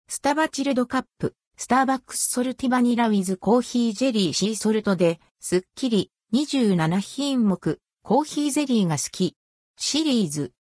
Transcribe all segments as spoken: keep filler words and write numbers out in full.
スタバチルドカップ、スターバックスソルティバニラウィズコーヒージェリーシーソルトで、すっきり、にじゅうなな品目、コーヒーゼリーが好き。シリーズ。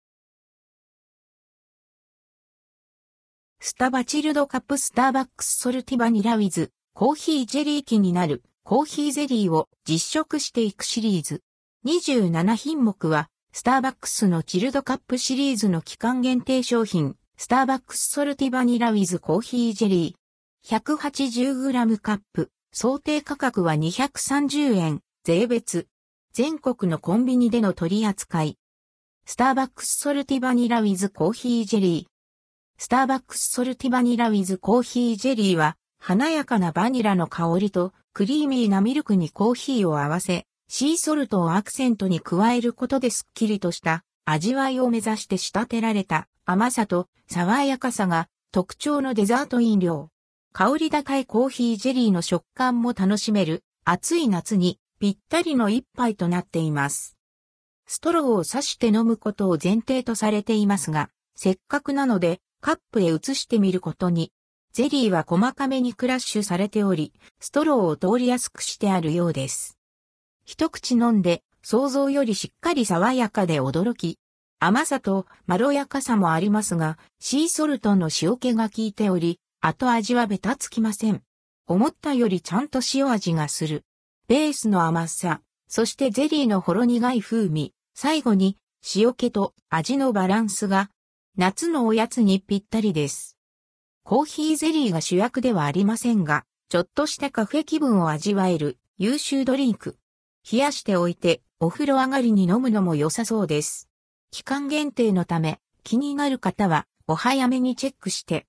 スタバチルドカップスターバックスソルティバニラウィズ、コーヒージェリー気になる、コーヒーゼリーを実食していくシリーズ。にじゅうなな品目は、スターバックスのチルドカップシリーズの期間限定商品。スターバックスソルティバニラウィズコーヒージェリー。ひゃくはちじゅうグラム カップ。想定価格はにひゃくさんじゅうえん。税別。全国のコンビニでの取り扱い。スターバックスソルティバニラウィズコーヒージェリー。スターバックスソルティバニラウィズコーヒージェリーは、華やかなバニラの香りとクリーミーなミルクにコーヒーを合わせ、シーソルトをアクセントに加えることですっきりとした味わいを目指して仕立てられた。甘さと爽やかさが特徴のデザート飲料。香り高いコーヒージェリーの食感も楽しめる暑い夏にぴったりの一杯となっています。ストローを刺して飲むことを前提とされていますが、せっかくなのでカップへ移してみることに。ゼリーは細かめにクラッシュされており、ストローを通りやすくしてあるようです。一口飲んで想像よりしっかり爽やかで驚き。甘さとまろやかさもありますが、シーソルトの塩気が効いており、後味はベタつきません。思ったよりちゃんと塩味がする。ベースの甘さ、そしてゼリーのほろ苦い風味、最後に塩気と味のバランスが、夏のおやつにぴったりです。コーヒーゼリーが主役ではありませんが、ちょっとしたカフェ気分を味わえる優秀ドリンク。冷やしておいて、お風呂上がりに飲むのも良さそうです。期間限定のため、気になる方はお早めにチェックして。